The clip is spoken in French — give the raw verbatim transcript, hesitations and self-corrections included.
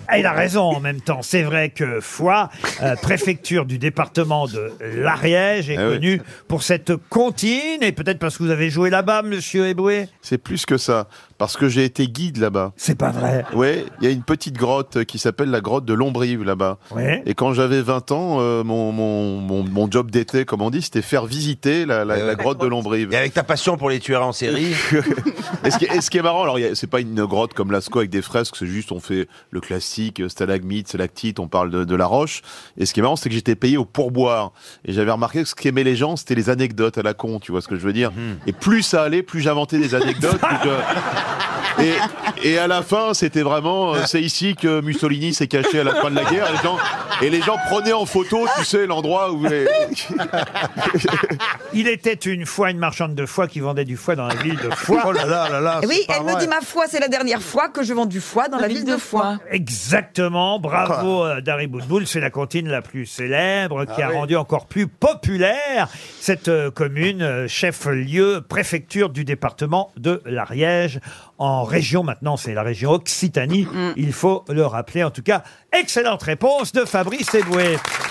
Ah, il a raison en même temps. C'est vrai que Foix, euh, préfecture du département de l'Ariège, est Ah oui. connue pour cette comptine, et peut-être parce que vous avez joué là-bas, monsieur Eboué. C'est plus que ça, parce que j'ai été guide là-bas. C'est pas vrai. Ouais, il y a une petite grotte qui s'appelle la grotte de Lombrive là-bas. Ouais. Et quand j'avais vingt ans, euh, mon, mon, mon, mon job d'été, comme on dit, c'était faire visiter la, la, Euh, la grotte de Lombrive. Et avec ta passion pour les tueurs en série. et, ce qui, et ce qui est marrant, alors il y a- c'est pas une grotte comme Lascaux avec des fresques, c'est juste on fait le classique, stalagmite, stalactite, on parle de, de la roche. Et ce qui est marrant, c'est que j'étais payé au pourboire. Et j'avais remarqué que ce qu'aimaient les gens, c'était les anecdotes à la con, tu vois ce que je veux dire. Et plus ça allait, plus j'inventais des anecdotes. plus je- Et, et à la fin, c'était vraiment, euh, c'est ici que Mussolini s'est caché à la fin de la guerre. Les gens, et les gens prenaient en photo, tu sais, l'endroit où... les- Il était une fois une marchande de foie qui vendait du foie dans la ville de Foix. Oh là là là là. Oui, c'est pas elle me vrai. dit, ma foi, c'est la dernière fois que je vends du foie dans la, ville de Foix. Exactement, bravo euh, Dari Boudboul, c'est la comptine la plus célèbre qui a rendu encore plus populaire cette euh, commune, euh, chef-lieu, préfecture du département de l'Ariège, en région, maintenant c'est la région Occitanie, il faut le rappeler. En tout cas, excellente réponse de Fabrice Eboué.